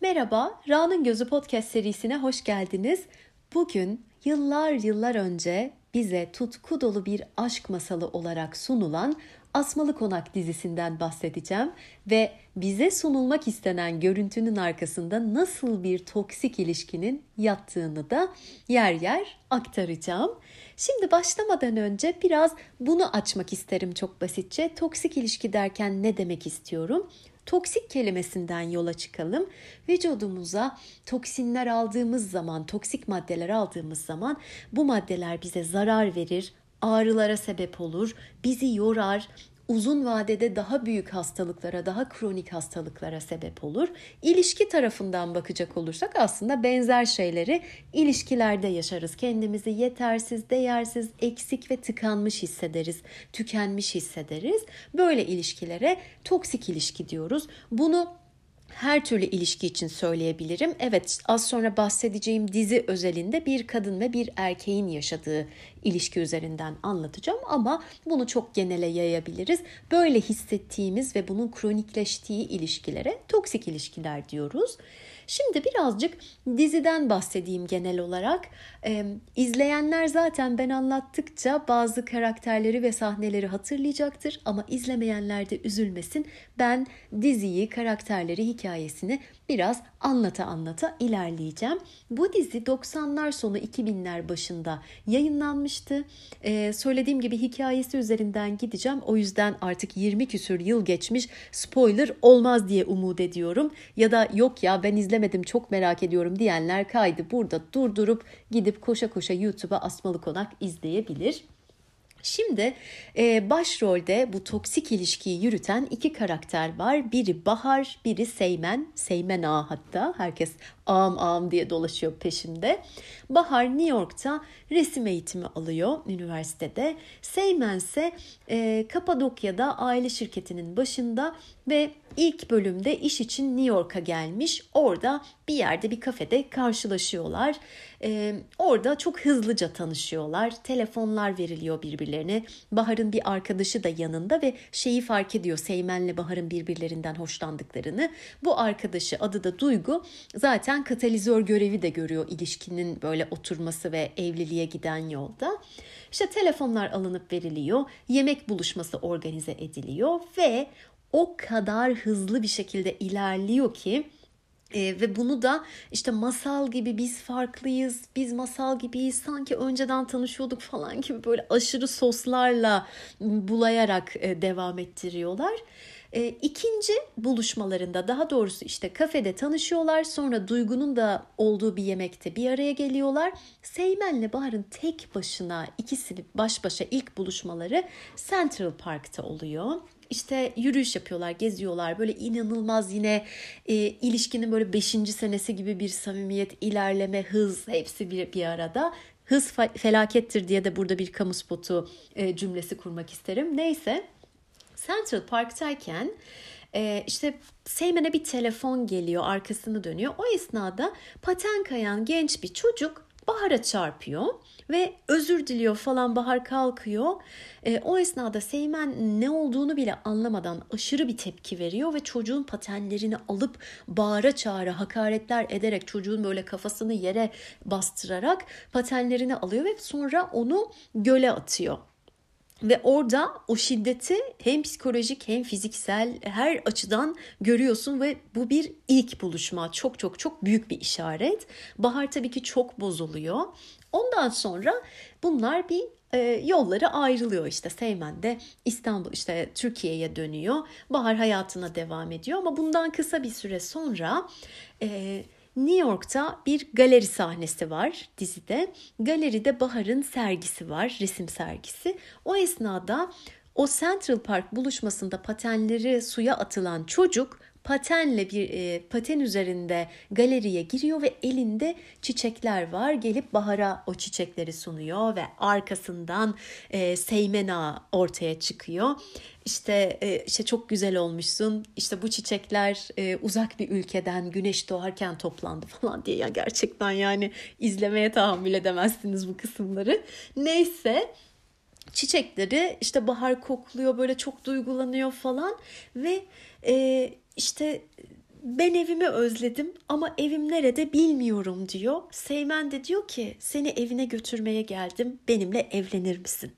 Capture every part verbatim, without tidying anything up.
Merhaba, Ra'nın Gözü Podcast serisine hoş geldiniz. Bugün yıllar yıllar önce bize tutku dolu bir aşk masalı olarak sunulan Asmalı Konak dizisinden bahsedeceğim ve bize sunulmak istenen görüntünün arkasında nasıl bir toksik ilişkinin yattığını da yer yer aktaracağım. Şimdi başlamadan önce biraz bunu açmak isterim çok basitçe. Toksik ilişki derken ne demek istiyorum? Toksik kelimesinden yola çıkalım. Vücudumuza toksinler aldığımız zaman, toksik maddeler aldığımız zaman bu maddeler bize zarar verir, ağrılara sebep olur, bizi yorar, uzun vadede daha büyük hastalıklara, daha kronik hastalıklara sebep olur. İlişki tarafından bakacak olursak aslında benzer şeyleri ilişkilerde yaşarız. Kendimizi yetersiz, değersiz, eksik ve tıkanmış hissederiz, tükenmiş hissederiz. Böyle ilişkilere toksik ilişki diyoruz. Bunu her türlü ilişki için söyleyebilirim. Evet, az sonra bahsedeceğim dizi özelinde bir kadın ve bir erkeğin yaşadığı ilişki üzerinden anlatacağım ama bunu çok genele yayabiliriz. Böyle hissettiğimiz ve bunun kronikleştiği ilişkilere toksik ilişkiler diyoruz. Şimdi birazcık diziden bahsedeyim genel olarak. Ee, izleyenler zaten ben anlattıkça bazı karakterleri ve sahneleri hatırlayacaktır ama izlemeyenler de üzülmesin. Ben diziyi, karakterleri, hikayesini biraz anlata anlata ilerleyeceğim. Bu dizi doksanlar sonu iki binler başında yayınlanmıştı. Ee, söylediğim gibi hikayesi üzerinden gideceğim. O yüzden artık yirmi küsür yıl geçmiş, spoiler olmaz diye umut ediyorum. Ya da yok ya ben izlemedim çok merak ediyorum diyenler kaydı burada durdurup gidip koşa koşa YouTube'a Asmalı Konak izleyebilir. Şimdi e, başrolde bu toksik ilişkiyi yürüten iki karakter var. Biri Bahar, biri Seymen. Seymen Ağa hatta. Herkes ağam ağam diye dolaşıyor peşinde. Bahar New York'ta resim eğitimi alıyor üniversitede. Seymen ise e, Kapadokya'da aile şirketinin başında ve ilk bölümde iş için New York'a gelmiş. Orada bir yerde bir kafede karşılaşıyorlar. Ee, orada çok hızlıca tanışıyorlar. Telefonlar veriliyor birbirlerine. Bahar'ın bir arkadaşı da yanında ve şeyi fark ediyor. Seymen'le Bahar'ın birbirlerinden hoşlandıklarını. Bu arkadaşı adı da Duygu. Zaten katalizör görevi de görüyor ilişkinin böyle oturması ve evliliğe giden yolda. İşte telefonlar alınıp veriliyor. Yemek buluşması organize ediliyor ve o kadar hızlı bir şekilde ilerliyor ki e, ve bunu da işte masal gibi biz farklıyız, biz masal gibiyiz, sanki önceden tanışıyorduk falan gibi böyle aşırı soslarla bulayarak e, devam ettiriyorlar. E, ikinci buluşmalarında daha doğrusu işte kafede tanışıyorlar, sonra Duygu'nun da olduğu bir yemekte bir araya geliyorlar. Seymen'le Bahar'ın tek başına ikisi baş başa ilk buluşmaları Central Park'ta oluyor. İşte yürüyüş yapıyorlar, geziyorlar. Böyle inanılmaz yine e, ilişkinin böyle beşinci senesi gibi bir samimiyet, ilerleme, hız hepsi bir, bir arada. Hız fe- felakettir diye de burada bir kamu spotu e, cümlesi kurmak isterim. Neyse, Central Park'tayken e, işte Seymen'e bir telefon geliyor, arkasını dönüyor. O esnada paten kayan genç bir çocuk Bahar'a çarpıyor ve özür diliyor falan. Bahar kalkıyor. E, o esnada Seymen ne olduğunu bile anlamadan aşırı bir tepki veriyor ve çocuğun patenlerini alıp bağıra çağıra hakaretler ederek çocuğun böyle kafasını yere bastırarak patenlerini alıyor ve sonra onu göle atıyor. Ve orada o şiddeti hem psikolojik hem fiziksel her açıdan görüyorsun ve bu bir ilk buluşma. Çok çok çok büyük bir işaret. Bahar tabii ki çok bozuluyor. Ondan sonra bunlar bir e, yolları ayrılıyor işte. Seymen de İstanbul işte Türkiye'ye dönüyor. Bahar hayatına devam ediyor ama bundan kısa bir süre sonra E, New York'ta bir galeri sahnesi var dizide. Galeride Bahar'ın sergisi var, resim sergisi. O esnada o Central Park buluşmasında patenleri suya atılan çocuk patenle bir e, paten üzerinde galeriye giriyor ve elinde çiçekler var. Gelip Bahar'a o çiçekleri sunuyor ve arkasından e, Seymen Ağa ortaya çıkıyor. İşte e, işte çok güzel olmuşsun. İşte bu çiçekler e, uzak bir ülkeden güneş doğarken toplandı falan diye. Ya gerçekten yani izlemeye tahammül edemezsiniz bu kısımları. Neyse. Çiçekleri işte Bahar kokluyor, böyle çok duygulanıyor falan ve e, işte ben evimi özledim ama evim nerede bilmiyorum diyor. Seymen de diyor ki seni evine götürmeye geldim, benimle evlenir misin?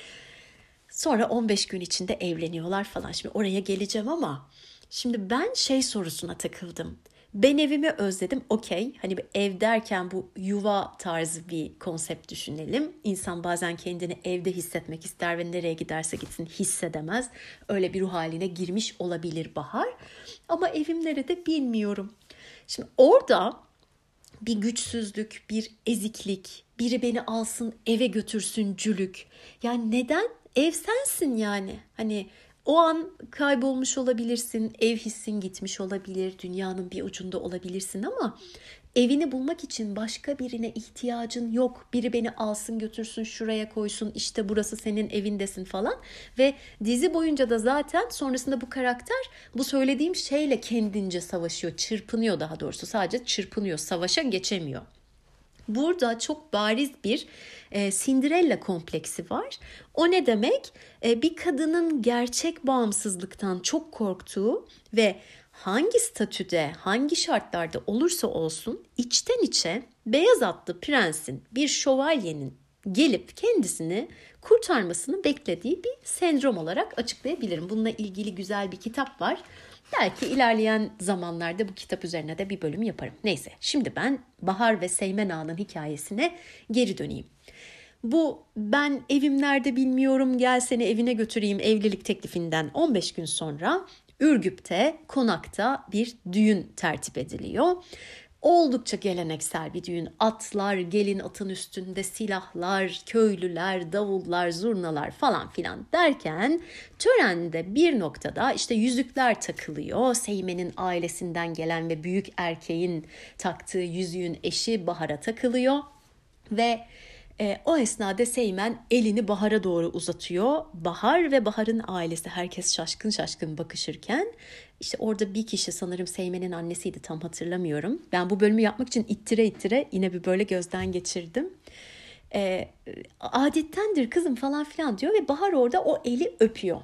Sonra on beş gün içinde evleniyorlar falan. Şimdi oraya geleceğim ama şimdi ben şey sorusuna takıldım. Ben evimi özledim, okey. Hani ev derken bu yuva tarzı bir konsept düşünelim. İnsan bazen kendini evde hissetmek ister ve nereye giderse gitsin hissedemez. Öyle bir ruh haline girmiş olabilir Bahar. Ama evim nerede bilmiyorum. Şimdi orada bir güçsüzlük, bir eziklik, biri beni alsın eve götürsüncülük. Yani neden? Ev sensin yani. Hani o an kaybolmuş olabilirsin, ev hissin gitmiş olabilir, dünyanın bir ucunda olabilirsin ama evini bulmak için başka birine ihtiyacın yok. Biri beni alsın götürsün şuraya koysun işte burası senin evindesin falan. Ve dizi boyunca da zaten sonrasında bu karakter bu söylediğim şeyle kendince savaşıyor, çırpınıyor daha doğrusu. Sadece çırpınıyor, savaşa geçemiyor. Burada çok bariz bir e, Cinderella kompleksi var. O ne demek? E, bir kadının gerçek bağımsızlıktan çok korktuğu ve hangi statüde, hangi şartlarda olursa olsun içten içe beyaz atlı prensin, bir şövalyenin gelip kendisini kurtarmasını beklediği bir sendrom olarak açıklayabilirim. Bununla ilgili güzel bir kitap var. Belki ilerleyen zamanlarda bu kitap üzerine de bir bölüm yaparım. Neyse, şimdi ben Bahar ve Seymen Ağa'nın hikayesine geri döneyim. Bu ben evim nerede bilmiyorum gel seni evine götüreyim evlilik teklifinden on beş gün sonra Ürgüp'te konakta bir düğün tertip ediliyor. Oldukça geleneksel bir düğün. Atlar, gelin atın üstünde silahlar, köylüler, davullar, zurnalar falan filan derken törende bir noktada işte yüzükler takılıyor. Seymen'in ailesinden gelen ve büyük erkeğin taktığı yüzüğün eşi Bahar'a takılıyor ve e, o esnada Seymen elini Bahar'a doğru uzatıyor. Bahar ve Bahar'ın ailesi herkes şaşkın şaşkın bakışırken işte orada bir kişi sanırım Seymen'in annesiydi tam hatırlamıyorum. Ben bu bölümü yapmak için ittire ittire yine bir böyle gözden geçirdim. E, adettendir kızım falan filan diyor ve Bahar orada o eli öpüyor.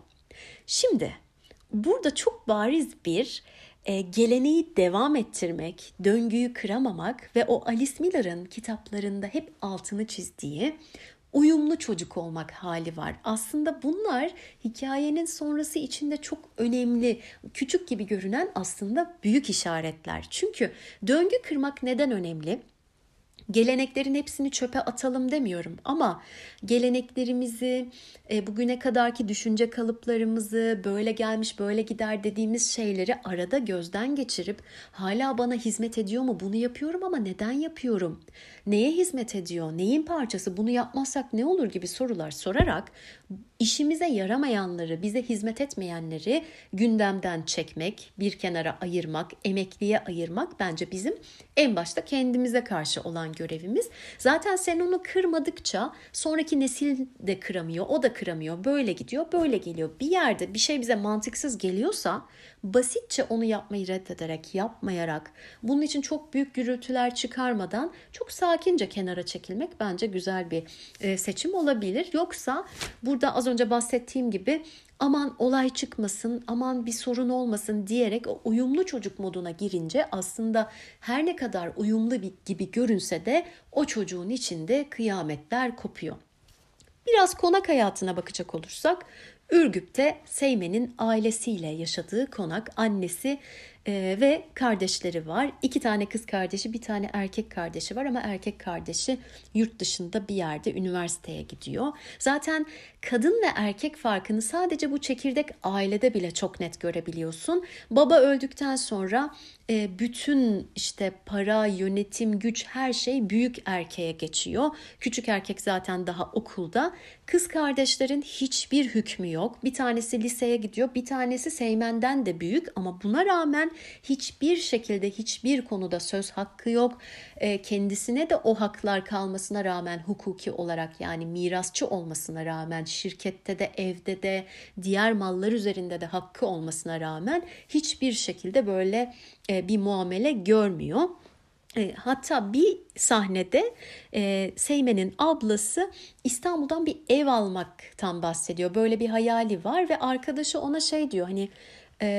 Şimdi burada çok bariz bir e, geleneği devam ettirmek, döngüyü kıramamak ve o Alice Miller'ın kitaplarında hep altını çizdiği uyumlu çocuk olmak hali var. Aslında bunlar hikayenin sonrası içinde çok önemli, küçük gibi görünen aslında büyük işaretler. Çünkü döngü kırmak neden önemli? Geleneklerin hepsini çöpe atalım demiyorum ama geleneklerimizi, e, bugüne kadarki düşünce kalıplarımızı, böyle gelmiş böyle gider dediğimiz şeyleri arada gözden geçirip hala bana hizmet ediyor mu? Bunu yapıyorum ama neden yapıyorum? Neye hizmet ediyor? Neyin parçası? Bunu yapmazsak ne olur gibi sorular sorarak işimize yaramayanları, bize hizmet etmeyenleri gündemden çekmek, bir kenara ayırmak, emekliye ayırmak bence bizim en başta kendimize karşı olan görevimiz. Zaten sen onu kırmadıkça sonraki nesil de kıramıyor, o da kıramıyor. Böyle gidiyor, böyle geliyor. Bir yerde bir şey bize mantıksız geliyorsa basitçe onu yapmayı reddederek, yapmayarak, bunun için çok büyük gürültüler çıkarmadan çok sakince kenara çekilmek bence güzel bir seçim olabilir. Yoksa burada az önce bahsettiğim gibi aman olay çıkmasın, aman bir sorun olmasın diyerek o uyumlu çocuk moduna girince aslında her ne kadar uyumlu gibi görünse de o çocuğun içinde kıyametler kopuyor. Biraz konak hayatına bakacak olursak, Ürgüp'te Seymen'in ailesiyle yaşadığı konak, annesi e, ve kardeşleri var. İki tane kız kardeşi, bir tane erkek kardeşi var ama erkek kardeşi yurt dışında bir yerde üniversiteye gidiyor. Zaten kadın ve erkek farkını sadece bu çekirdek ailede bile çok net görebiliyorsun. Baba öldükten sonra e, bütün işte para, yönetim, güç her şey büyük erkeğe geçiyor. Küçük erkek zaten daha okulda. Kız kardeşlerin hiçbir hükmü yok. Bir tanesi liseye gidiyor, bir tanesi Seymen'den de büyük ama buna rağmen hiçbir şekilde hiçbir konuda söz hakkı yok. E, kendisine de o haklar kalmasına rağmen hukuki olarak yani mirasçı olmasına rağmen şirkette de evde de diğer mallar üzerinde de hakkı olmasına rağmen hiçbir şekilde böyle e, bir muamele görmüyor. E, hatta bir sahnede e, Seymen'in ablası İstanbul'dan bir ev almaktan bahsediyor. Böyle bir hayali var ve arkadaşı ona şey diyor hani e,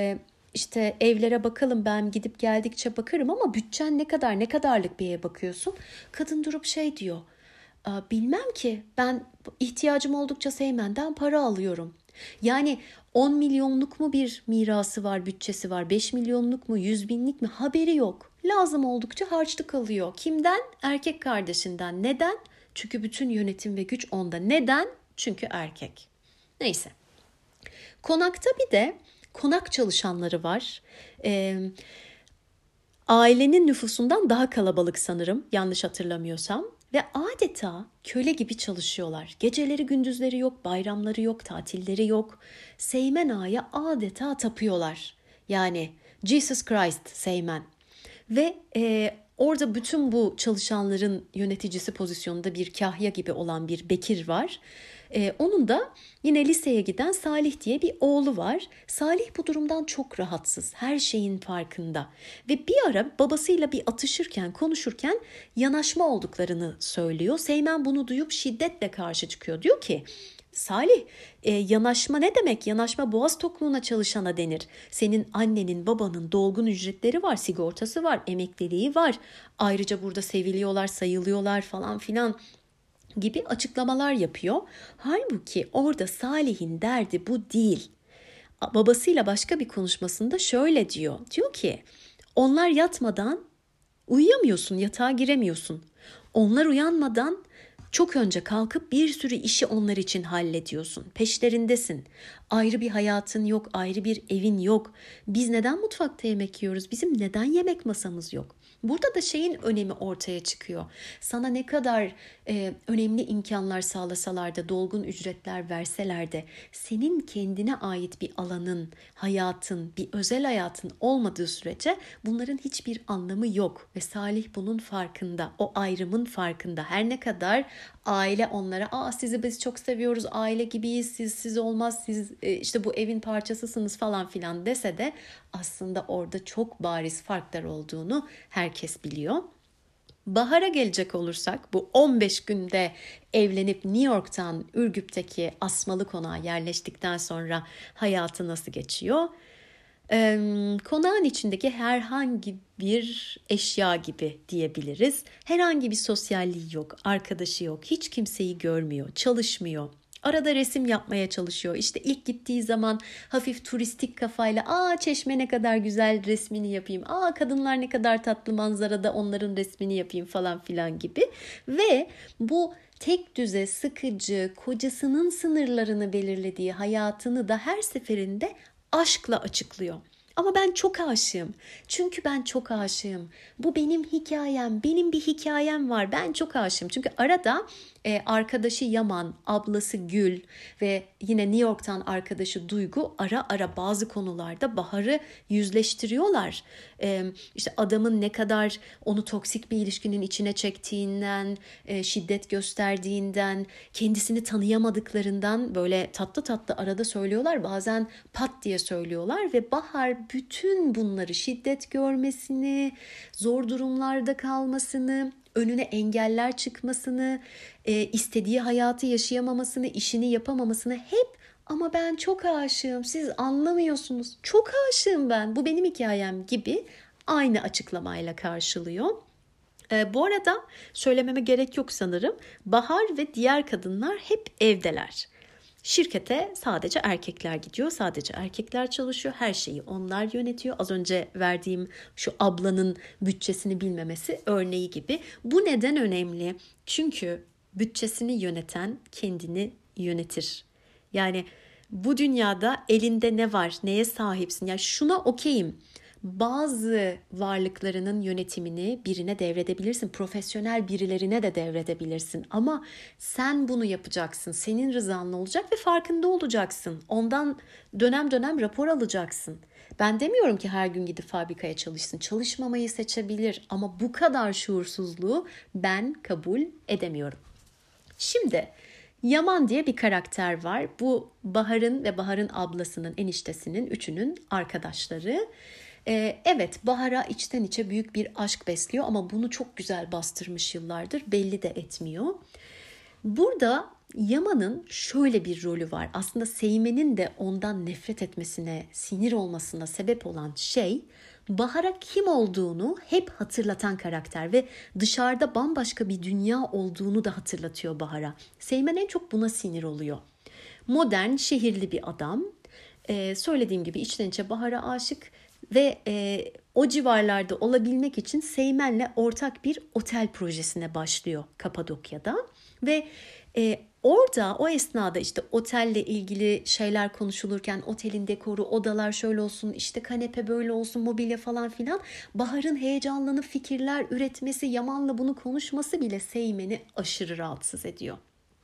işte evlere bakalım, ben gidip geldikçe bakarım ama bütçen ne kadar, ne kadarlık bir eve bakıyorsun? Kadın durup şey diyor, bilmem ki, ben ihtiyacım oldukça Seymen'den para alıyorum. Yani on milyonluk mu bir mirası var, bütçesi var, beş milyonluk mu, yüz binlik mi, haberi yok. Lazım oldukça harçlık alıyor. Kimden? Erkek kardeşinden. Neden? Çünkü bütün yönetim ve güç onda. Neden? Çünkü erkek. Neyse. Konakta bir de konak çalışanları var. Ee, ailenin nüfusundan daha kalabalık sanırım, yanlış hatırlamıyorsam. Ve adeta köle gibi çalışıyorlar. Geceleri gündüzleri yok, bayramları yok, tatilleri yok. Seymen Ağa'ya adeta tapıyorlar. Yani Jesus Christ Seymen. Ve e, orada bütün bu çalışanların yöneticisi pozisyonunda bir kahya gibi olan bir Bekir var. E, onun da yine liseye giden Salih diye bir oğlu var. Salih bu durumdan çok rahatsız, her şeyin farkında. Ve bir ara babasıyla bir atışırken, konuşurken yanaşma olduklarını söylüyor. Seymen bunu duyup şiddetle karşı çıkıyor. Diyor ki, Salih, e, yanaşma ne demek? Yanaşma boğaz tokluğuna çalışana denir. Senin annenin, babanın dolgun ücretleri var, sigortası var, emekliliği var. Ayrıca burada seviliyorlar, sayılıyorlar falan filan gibi açıklamalar yapıyor. Halbuki orada Salih'in derdi bu değil. Babasıyla başka bir konuşmasında şöyle diyor. Diyor ki, onlar yatmadan uyuyamıyorsun, yatağa giremiyorsun. Onlar uyanmadan çok önce kalkıp bir sürü işi onlar için hallediyorsun. Peşlerindesin. Ayrı bir hayatın yok, ayrı bir evin yok. Biz neden mutfakta yemek yiyoruz? Bizim neden yemek masamız yok? Burada da şeyin önemi ortaya çıkıyor. Sana ne kadar e, önemli imkanlar sağlasalar da, dolgun ücretler verseler de, senin kendine ait bir alanın, hayatın, bir özel hayatın olmadığı sürece bunların hiçbir anlamı yok. Ve Salih bunun farkında, o ayrımın farkında. Her ne kadar aile onlara, aa sizi biz çok seviyoruz, aile gibiyiz, siz siz olmaz, siz e, işte bu evin parçasısınız falan filan dese de aslında orada çok bariz farklar olduğunu herkes biliyor. Bahar'a gelecek olursak, bu on beş günde evlenip New York'tan Ürgüp'teki Asmalı Konağa yerleştikten sonra hayatı nasıl geçiyor? Ee, konağın içindeki herhangi bir eşya gibi diyebiliriz. Herhangi bir sosyalliği yok, arkadaşı yok, hiç kimseyi görmüyor, çalışmıyor. Arada resim yapmaya çalışıyor. İşte ilk gittiği zaman hafif turistik kafayla, aa çeşme ne kadar güzel, resmini yapayım. Aa kadınlar ne kadar tatlı manzarada, onların resmini yapayım falan filan gibi. Ve bu tek düze, sıkıcı, kocasının sınırlarını belirlediği hayatını da her seferinde aşkla açıklıyor. Ama ben çok aşığım. Çünkü ben çok aşığım. Bu benim hikayem. Benim bir hikayem var. Ben çok aşığım. Çünkü arada e, arkadaşı Yaman, ablası Gül ve yine New York'tan arkadaşı Duygu ara ara bazı konularda Bahar'ı yüzleştiriyorlar. E, işte adamın ne kadar onu toksik bir ilişkinin içine çektiğinden, e, şiddet gösterdiğinden, kendisini tanıyamadıklarından böyle tatlı tatlı arada söylüyorlar. Bazen pat diye söylüyorlar ve Bahar bütün bunları, şiddet görmesini, zor durumlarda kalmasını, önüne engeller çıkmasını, e, istediği hayatı yaşayamamasını, işini yapamamasını hep ama ben çok aşığım, siz anlamıyorsunuz, çok aşığım ben, bu benim hikayem gibi aynı açıklamayla karşılıyor. E, bu arada söylememe gerek yok sanırım, Bahar ve diğer kadınlar hep evdeler. Şirkete sadece erkekler gidiyor, sadece erkekler çalışıyor, her şeyi onlar yönetiyor. Az önce verdiğim şu ablanın bütçesini bilmemesi örneği gibi. Bu neden önemli? Çünkü bütçesini yöneten kendini yönetir. Yani bu dünyada elinde ne var, neye sahipsin? Yani şuna okeyim. Bazı varlıklarının yönetimini birine devredebilirsin. Profesyonel birilerine de devredebilirsin. Ama sen bunu yapacaksın. Senin rızanla olacak ve farkında olacaksın. Ondan dönem dönem rapor alacaksın. Ben demiyorum ki her gün gidip fabrikaya çalışsın. Çalışmamayı seçebilir ama bu kadar şuursuzluğu ben kabul edemiyorum. Şimdi Yaman diye bir karakter var. Bu Bahar'ın ve Bahar'ın ablasının, eniştesinin, üçünün arkadaşları. Ee, evet, Bahar'a içten içe büyük bir aşk besliyor ama bunu çok güzel bastırmış yıllardır, belli de etmiyor. Burada Yaman'ın şöyle bir rolü var. Aslında Seymen'in de ondan nefret etmesine, sinir olmasına sebep olan şey Bahar'a kim olduğunu hep hatırlatan karakter ve dışarıda bambaşka bir dünya olduğunu da hatırlatıyor Bahar'a. Seymen en çok buna sinir oluyor. Modern, şehirli bir adam. Ee, söylediğim gibi içten içe Bahar'a aşık ve e, o civarlarda olabilmek için Seymen'le ortak bir otel projesine başlıyor Kapadokya'da. Ve e, orada o esnada işte otelle ilgili şeyler konuşulurken otelin dekoru, odalar şöyle olsun, işte kanepe böyle olsun, mobilya falan filan. Bahar'ın heyecanlanıp fikirler üretmesi, Yaman'la bunu konuşması bile Seymen'i aşırı rahatsız ediyor.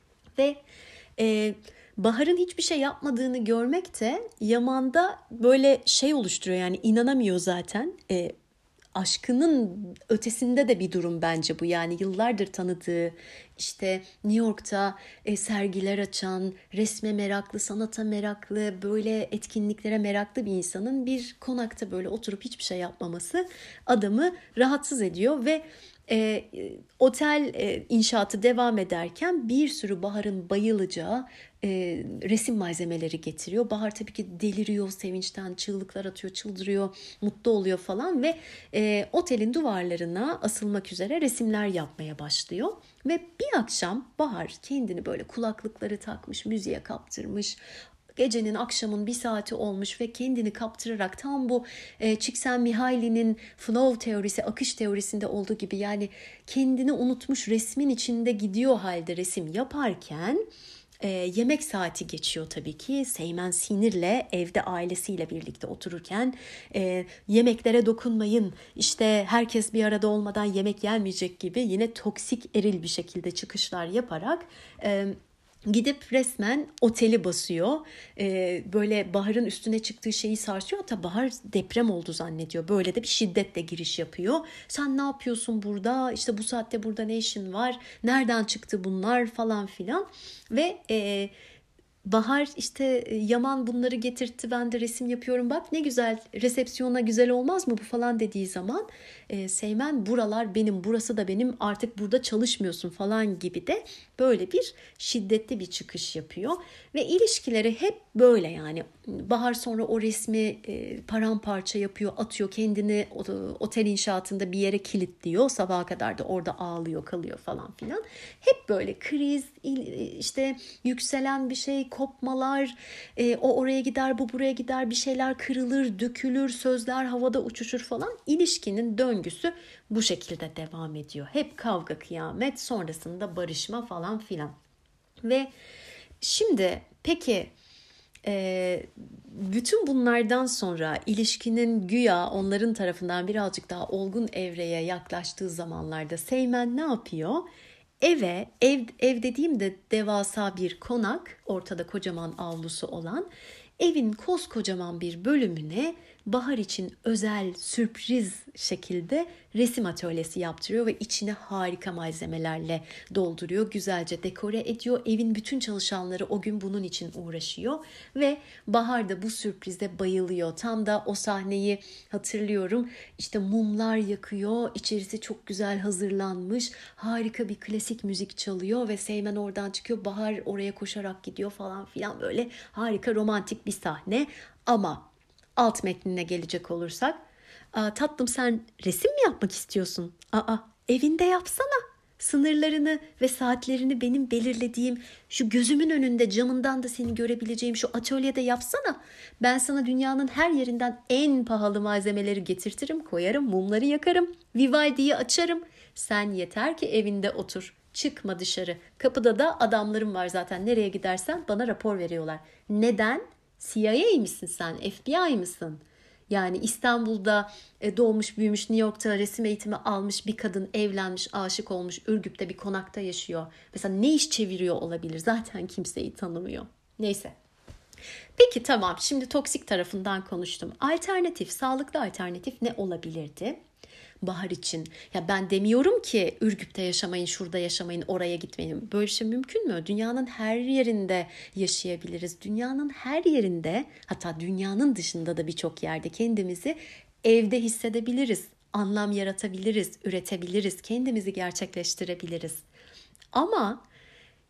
Ve e, Bahar'ın hiçbir şey yapmadığını görmek de Yaman'da böyle şey oluşturuyor, yani inanamıyor zaten. E, aşkının ötesinde de bir durum bence bu. Yani yıllardır tanıdığı, işte New York'ta e, sergiler açan, resme meraklı, sanata meraklı, böyle etkinliklere meraklı bir insanın bir konakta böyle oturup hiçbir şey yapmaması adamı rahatsız ediyor ve E, otel e, inşaatı devam ederken bir sürü Bahar'ın bayılacağı e, resim malzemeleri getiriyor. Bahar tabii ki deliriyor, sevinçten çığlıklar atıyor, çıldırıyor, mutlu oluyor falan ve e, otelin duvarlarına asılmak üzere resimler yapmaya başlıyor. Ve bir akşam Bahar kendini böyle kulaklıkları takmış, müziğe kaptırmış. Gecenin, akşamın bir saati olmuş ve kendini kaptırarak tam bu e, Csikszentmihalyi'nin flow teorisi, akış teorisinde olduğu gibi, yani kendini unutmuş, resmin içinde gidiyor halde resim yaparken e, yemek saati geçiyor tabii ki. Seymen sinirle evde ailesiyle birlikte otururken e, yemeklere dokunmayın, işte herkes bir arada olmadan yemek yenmeyecek gibi yine toksik eril bir şekilde çıkışlar yaparak E, gidip resmen oteli basıyor. Ee, böyle Bahar'ın üstüne çıktığı şeyi sarsıyor. Hatta Bahar deprem oldu zannediyor. Böyle de bir şiddetle giriş yapıyor. Sen ne yapıyorsun burada? İşte bu saatte burada ne işin var? Nereden çıktı bunlar falan filan. Ve e, Bahar işte Yaman bunları getirtti, ben de resim yapıyorum, bak ne güzel, resepsiyona güzel olmaz mı bu falan dediği zaman e, Seymen buralar benim, burası da benim, artık burada çalışmıyorsun falan gibi de böyle bir şiddetli bir çıkış yapıyor. Ve ilişkileri hep böyle, yani Bahar sonra o resmi e, paramparça yapıyor, atıyor, kendini otel inşaatında bir yere kilitliyor, sabaha kadar da orada ağlıyor kalıyor falan filan. Hep böyle kriz, işte yükselen bir şey, kopmalar, e, o oraya gider, bu buraya gider, bir şeyler kırılır, dökülür, sözler havada uçuşur falan. İlişkinin döngüsü bu şekilde devam ediyor. Hep kavga, kıyamet, sonrasında barışma falan filan. Ve şimdi peki e, bütün bunlardan sonra ilişkinin güya onların tarafından birazcık daha olgun evreye yaklaştığı zamanlarda Seymen ne yapıyor? Eve, ev, ev dediğimde devasa bir konak, ortada kocaman avlusu olan, evin koskocaman bir bölümüne Bahar için özel, sürpriz şekilde resim atölyesi yaptırıyor ve içine harika malzemelerle dolduruyor, güzelce dekore ediyor. Evin bütün çalışanları o gün bunun için uğraşıyor ve Bahar da bu sürprize bayılıyor. Tam da o sahneyi hatırlıyorum. İşte mumlar yakıyor, içerisi çok güzel hazırlanmış, harika bir klasik müzik çalıyor ve Seymen oradan çıkıyor, Bahar oraya koşarak gidiyor falan filan, böyle harika romantik bir sahne. Ama alt metnine gelecek olursak, tatlım sen resim mi yapmak istiyorsun? Aa, evinde yapsana. Sınırlarını ve saatlerini benim belirlediğim şu gözümün önünde, camından da seni görebileceğim şu atölyede yapsana. Ben sana dünyanın her yerinden en pahalı malzemeleri getirtirim, koyarım, mumları yakarım, Vivaldi'yi açarım. Sen yeter ki evinde otur. Çıkma dışarı. Kapıda da adamlarım var zaten. Nereye gidersen bana rapor veriyorlar. Neden? C I A misin sen? F B I mısın? Yani İstanbul'da doğmuş büyümüş, New York'ta resim eğitimi almış bir kadın, evlenmiş, aşık olmuş, Ürgüp'te bir konakta yaşıyor. Mesela ne iş çeviriyor olabilir? Zaten kimseyi tanımıyor. Neyse. Peki tamam, şimdi toksik tarafından konuştum. Alternatif, sağlıklı alternatif ne olabilirdi Bahar için? Ya ben demiyorum ki Ürgüp'te yaşamayın, şurada yaşamayın, oraya gitmeyin. Böyle bir şey mümkün mü? Dünyanın her yerinde yaşayabiliriz. Dünyanın her yerinde, hatta dünyanın dışında da birçok yerde kendimizi evde hissedebiliriz. Anlam yaratabiliriz, üretebiliriz, kendimizi gerçekleştirebiliriz. Ama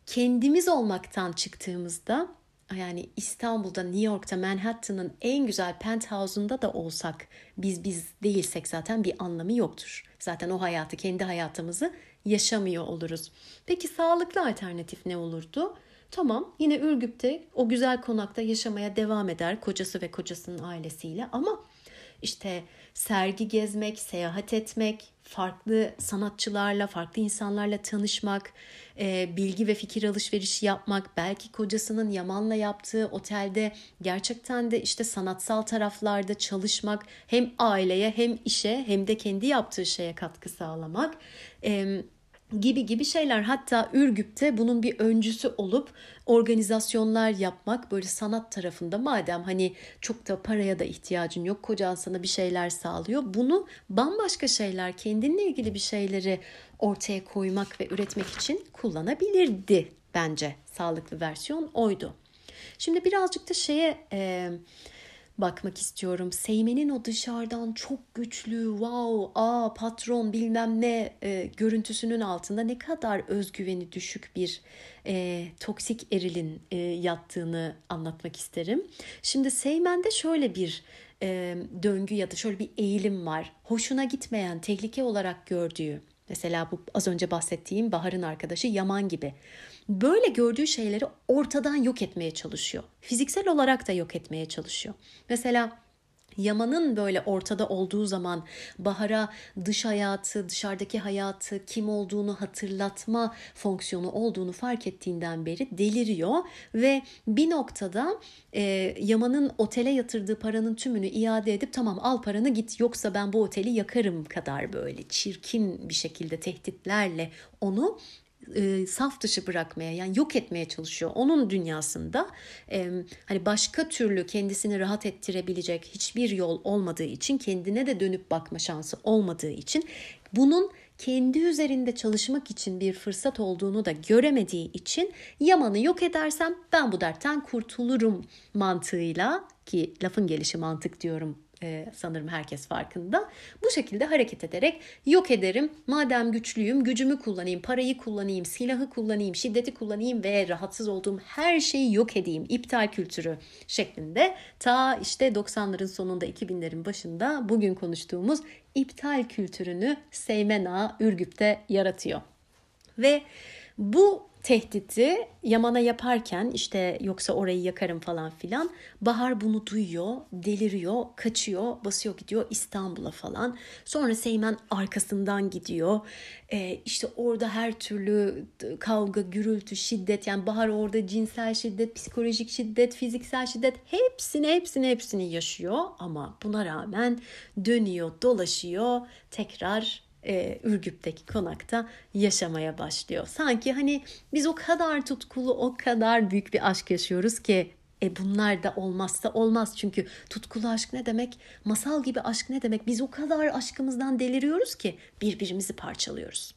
kendimiz olmaktan çıktığımızda, yani İstanbul'da, New York'ta, Manhattan'ın en güzel penthouse'unda da olsak, biz biz değilsek zaten bir anlamı yoktur. Zaten o hayatı, kendi hayatımızı yaşamıyor oluruz. Peki sağlıklı alternatif ne olurdu? Tamam, yine Ürgüp'te o güzel konakta yaşamaya devam eder kocası ve kocasının ailesiyle, ama işte sergi gezmek, seyahat etmek, farklı sanatçılarla, farklı insanlarla tanışmak, e, bilgi ve fikir alışverişi yapmak, belki kocasının Yaman'la yaptığı otelde gerçekten de işte sanatsal taraflarda çalışmak, hem aileye hem işe hem de kendi yaptığı şeye katkı sağlamak, e, gibi gibi şeyler. Hatta Ürgüp'te bunun bir öncüsü olup organizasyonlar yapmak, böyle sanat tarafında, madem hani çok da paraya da ihtiyacın yok, kocan sana bir şeyler sağlıyor, bunu bambaşka şeyler, kendinle ilgili bir şeyleri ortaya koymak ve üretmek için kullanabilirdi bence. Sağlıklı versiyon oydu. Şimdi birazcık da şeye e, bakmak istiyorum. Seymen'in o dışarıdan çok güçlü, wow, aa patron bilmem ne e, görüntüsünün altında ne kadar özgüveni düşük bir e, toksik erilin e, yattığını anlatmak isterim. Şimdi Seymen'de şöyle bir e, döngü ya da şöyle bir eğilim var. Hoşuna gitmeyen, tehlike olarak gördüğü, mesela bu az önce bahsettiğim Bahar'ın arkadaşı Yaman gibi, böyle gördüğü şeyleri ortadan yok etmeye çalışıyor. Fiziksel olarak da yok etmeye çalışıyor. Mesela Yaman'ın böyle ortada olduğu zaman Bahar'a dış hayatı, dışarıdaki hayatı, kim olduğunu hatırlatma fonksiyonu olduğunu fark ettiğinden beri deliriyor ve bir noktada e, Yaman'ın otele yatırdığı paranın tümünü iade edip tamam al paranı git yoksa ben bu oteli yakarım kadar böyle çirkin bir şekilde tehditlerle onu e, saf dışı bırakmaya, yani yok etmeye çalışıyor. Onun dünyasında e, hani başka türlü kendisini rahat ettirebilecek hiçbir yol olmadığı için, kendine de dönüp bakma şansı olmadığı için, bunun kendi üzerinde çalışmak için bir fırsat olduğunu da göremediği için, Yaman'ı yok edersem ben bu dertten kurtulurum mantığıyla, ki lafın gelişi mantık diyorum, Ee, sanırım herkes farkında. Bu şekilde hareket ederek yok ederim. Madem güçlüyüm, gücümü kullanayım, parayı kullanayım, silahı kullanayım, şiddeti kullanayım ve rahatsız olduğum her şeyi yok edeyim. İptal kültürü şeklinde ta işte doksanların sonunda, iki binlerin başında bugün konuştuğumuz iptal kültürünü Seymen Ağa Ürgüp'te yaratıyor. Ve bu tehdidi Yaman'a yaparken, işte yoksa orayı yakarım falan filan, Bahar bunu duyuyor, deliriyor, kaçıyor, basıyor gidiyor İstanbul'a falan. Sonra Seymen arkasından gidiyor. Ee, işte orada her türlü kavga, gürültü, şiddet, yani Bahar orada cinsel şiddet, psikolojik şiddet, fiziksel şiddet, hepsini hepsini hepsini yaşıyor, ama buna rağmen dönüyor, dolaşıyor, tekrar E, Ürgüp'teki konakta yaşamaya başlıyor. Sanki hani biz o kadar tutkulu, o kadar büyük bir aşk yaşıyoruz ki e bunlar da olmazsa olmaz. Çünkü tutkulu aşk ne demek? Masal gibi aşk ne demek? Biz o kadar aşkımızdan deliriyoruz ki birbirimizi parçalıyoruz.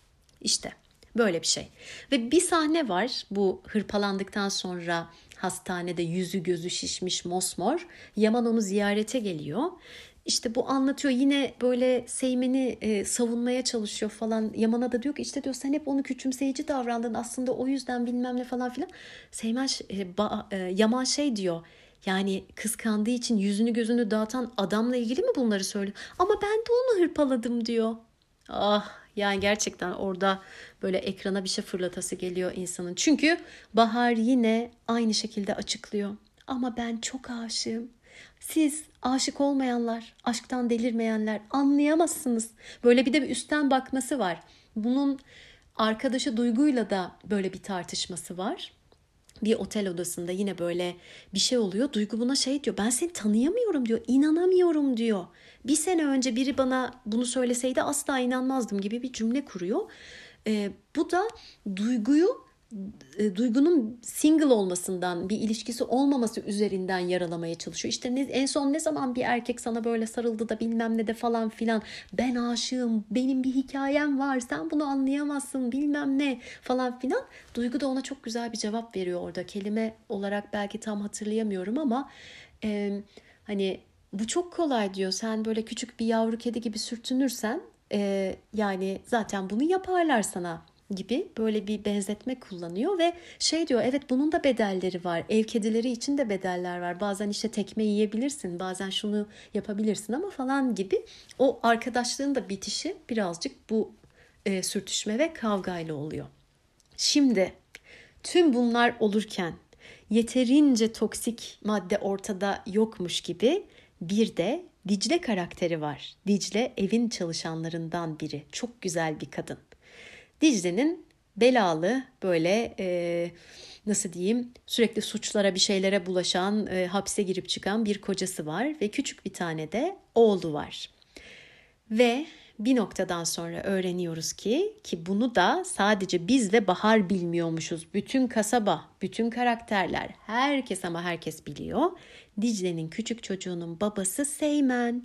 İşte böyle bir şey. Ve bir sahne var, bu hırpalandıktan sonra hastanede yüzü gözü şişmiş, mosmor. Yaman onu ziyarete geliyor. İşte bu anlatıyor, yine böyle Seymen'i e, savunmaya çalışıyor falan. Yaman'a da diyor ki işte diyor sen hep onu küçümseyici davrandın aslında, o yüzden bilmem ne falan filan. Seymen e, ba, e, Yaman şey diyor, yani kıskandığı için yüzünü gözünü dağıtan adamla ilgili mi bunları söylüyor? Ama ben de onu hırpaladım diyor. Ah, yani gerçekten orada böyle ekrana bir şey fırlatası geliyor insanın. Çünkü Bahar yine aynı şekilde açıklıyor. Ama ben çok aşığım. Siz aşık olmayanlar, aşktan delirmeyenler anlayamazsınız. Böyle bir de bir üstten bakması var. Bunun arkadaşı Duygu'yla da böyle bir tartışması var. Bir otel odasında yine böyle bir şey oluyor. Duygu buna şey diyor, ben seni tanıyamıyorum diyor, inanamıyorum diyor. Bir sene önce biri bana bunu söyleseydi asla inanmazdım gibi bir cümle kuruyor. Ee, bu da Duygu'yu e, Duygu'nun single olmasından, bir ilişkisi olmaması üzerinden yaralamaya çalışıyor. İşte ne, en son ne zaman bir erkek sana böyle sarıldı da bilmem ne de falan filan, ben aşığım, benim bir hikayem var, sen bunu anlayamazsın bilmem ne falan filan. Duygu da ona çok güzel bir cevap veriyor orada. Kelime olarak belki tam hatırlayamıyorum ama e, hani bu çok kolay diyor. Sen böyle küçük bir yavru kedi gibi sürtünürsen e, yani zaten bunu yaparlar sana gibi böyle bir benzetme kullanıyor ve şey diyor, evet bunun da bedelleri var. Ev kedileri için de bedeller var. Bazen işte tekme yiyebilirsin, bazen şunu yapabilirsin ama falan gibi. O arkadaşlığın da bitişi birazcık bu e, sürtüşme ve kavgayla oluyor. Şimdi tüm bunlar olurken yeterince toksik madde ortada yokmuş gibi bir de Dicle karakteri var. Dicle evin çalışanlarından biri. Çok güzel bir kadın. Dicle'nin belalı böyle e, nasıl diyeyim sürekli suçlara bir şeylere bulaşan, e, hapse girip çıkan bir kocası var ve küçük bir tane de oğlu var. Ve bir noktadan sonra öğreniyoruz ki ki bunu da sadece biz ve Bahar bilmiyormuşuz. Bütün kasaba, bütün karakterler, herkes ama herkes biliyor. Dicle'nin küçük çocuğunun babası Seymen.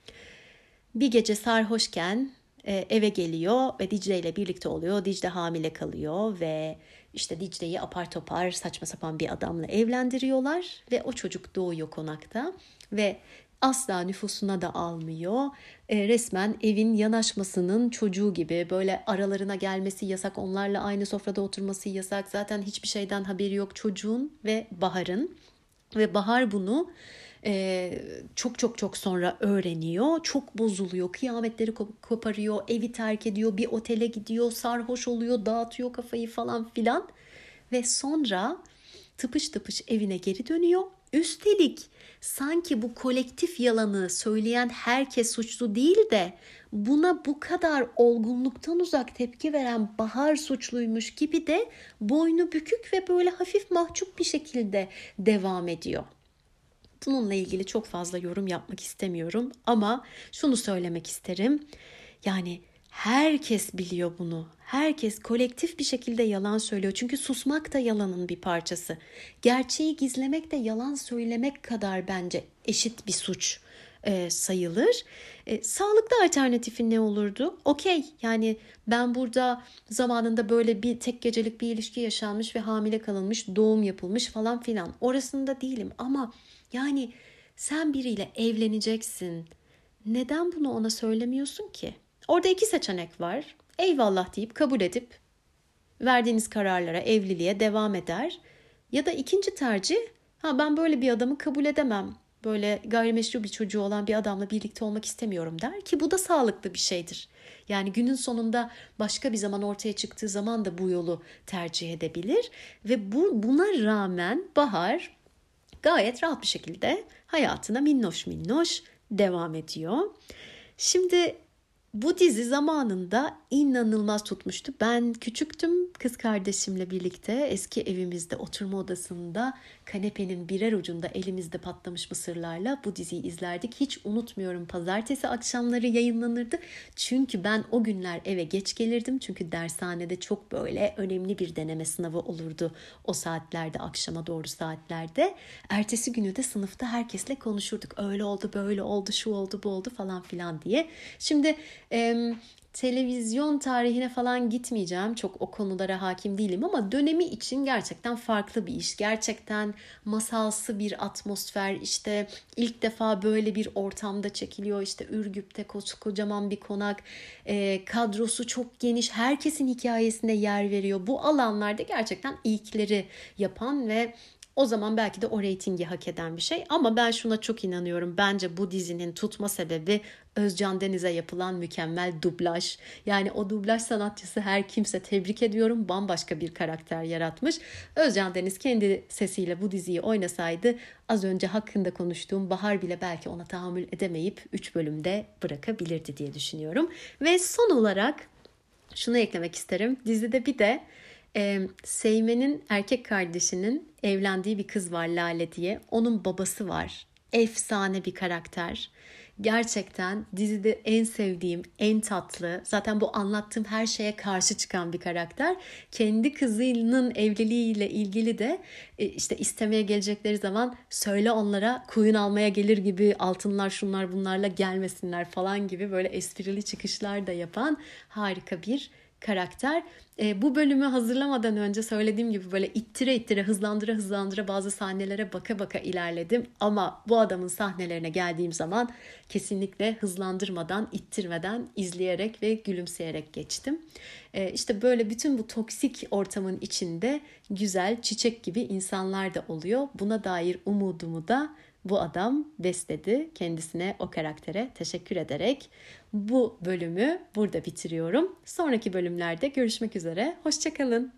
Bir gece sarhoşken e, eve geliyor ve Dicle ile birlikte oluyor. Dicle hamile kalıyor ve işte Dicle'yi apar topar saçma sapan bir adamla evlendiriyorlar ve o çocuk doğuyor konakta ve asla nüfusuna da almıyor. E, resmen evin yanaşmasının çocuğu gibi, böyle aralarına gelmesi yasak, onlarla aynı sofrada oturması yasak. Zaten hiçbir şeyden haberi yok çocuğun ve Bahar'ın. Ve Bahar bunu e, çok çok çok sonra öğreniyor. Çok bozuluyor, kıyametleri koparıyor, evi terk ediyor, bir otele gidiyor, sarhoş oluyor, dağıtıyor kafayı falan filan. Ve sonra tıpış tıpış evine geri dönüyor. Üstelik sanki bu kolektif yalanı söyleyen herkes suçlu değil de buna bu kadar olgunluktan uzak tepki veren Bahar suçluymuş gibi de boynu bükük ve böyle hafif mahcup bir şekilde devam ediyor. Bununla ilgili çok fazla yorum yapmak istemiyorum ama şunu söylemek isterim. Yani herkes biliyor bunu. Herkes kolektif bir şekilde yalan söylüyor. Çünkü susmak da yalanın bir parçası. Gerçeği gizlemek de yalan söylemek kadar bence eşit bir suç e, sayılır. E, sağlıklı alternatifin ne olurdu? Okey, yani ben burada zamanında böyle bir tek gecelik bir ilişki yaşanmış ve hamile kalınmış, doğum yapılmış falan filan. Orasında değilim ama yani sen biriyle evleneceksin. Neden bunu ona söylemiyorsun ki? Orada iki seçenek var. Eyvallah deyip kabul edip verdiğiniz kararlara, evliliğe devam eder. Ya da ikinci tercih, ha ben böyle bir adamı kabul edemem. Böyle gayrimeşru bir çocuğu olan bir adamla birlikte olmak istemiyorum der ki bu da sağlıklı bir şeydir. Yani günün sonunda başka bir zaman ortaya çıktığı zaman da bu yolu tercih edebilir. Ve bu, buna rağmen Bahar gayet rahat bir şekilde hayatına minnoş minnoş devam ediyor. Şimdi bu dizi zamanında inanılmaz tutmuştu. Ben küçüktüm, kız kardeşimle birlikte eski evimizde oturma odasında kanepenin birer ucunda elimizde patlamış mısırlarla bu diziyi izlerdik. Hiç unutmuyorum, pazartesi akşamları yayınlanırdı. Çünkü ben o günler eve geç gelirdim. Çünkü dershanede çok böyle önemli bir deneme sınavı olurdu o saatlerde, akşama doğru saatlerde. Ertesi günü de sınıfta herkesle konuşurduk. Öyle oldu, böyle oldu, şu oldu, bu oldu falan filan diye. Şimdi Ee, televizyon tarihine falan gitmeyeceğim. Çok o konulara hakim değilim ama dönemi için gerçekten farklı bir iş. Gerçekten masalsı bir atmosfer. İşte ilk defa böyle bir ortamda çekiliyor. İşte Ürgüp'te kocaman bir konak. Ee, kadrosu çok geniş. Herkesin hikayesine yer veriyor. Bu alanlarda gerçekten ilkleri yapan ve o zaman belki de o reytingi hak eden bir şey. Ama ben şuna çok inanıyorum. Bence bu dizinin tutma sebebi Özcan Deniz'e yapılan mükemmel dublaj. Yani o dublaj sanatçısı her kimse, tebrik ediyorum. Bambaşka bir karakter yaratmış. Özcan Deniz kendi sesiyle bu diziyi oynasaydı az önce hakkında konuştuğum Bahar bile belki ona tahammül edemeyip üç bölümde bırakabilirdi diye düşünüyorum. Ve son olarak şunu eklemek isterim. Dizide bir de Ee, Seymen'in erkek kardeşinin evlendiği bir kız var, Lale diye. Onun babası var. Efsane bir karakter. Gerçekten dizide en sevdiğim, en tatlı, zaten bu anlattığım her şeye karşı çıkan bir karakter. Kendi kızının evliliğiyle ilgili de işte istemeye gelecekleri zaman söyle onlara koyun almaya gelir gibi, altınlar şunlar bunlarla gelmesinler falan gibi böyle esprili çıkışlar da yapan harika bir karakter. E, bu bölümü hazırlamadan önce söylediğim gibi böyle ittire ittire, hızlandıra hızlandıra bazı sahnelere baka baka ilerledim. Ama bu adamın sahnelerine geldiğim zaman kesinlikle hızlandırmadan, ittirmeden, izleyerek ve gülümseyerek geçtim. E, işte böyle bütün bu toksik ortamın içinde güzel, çiçek gibi insanlar da oluyor. Buna dair umudumu da bu adam besledi. Kendisine, o karaktere teşekkür ederek bu bölümü burada bitiriyorum. Sonraki bölümlerde görüşmek üzere. Hoşça kalın.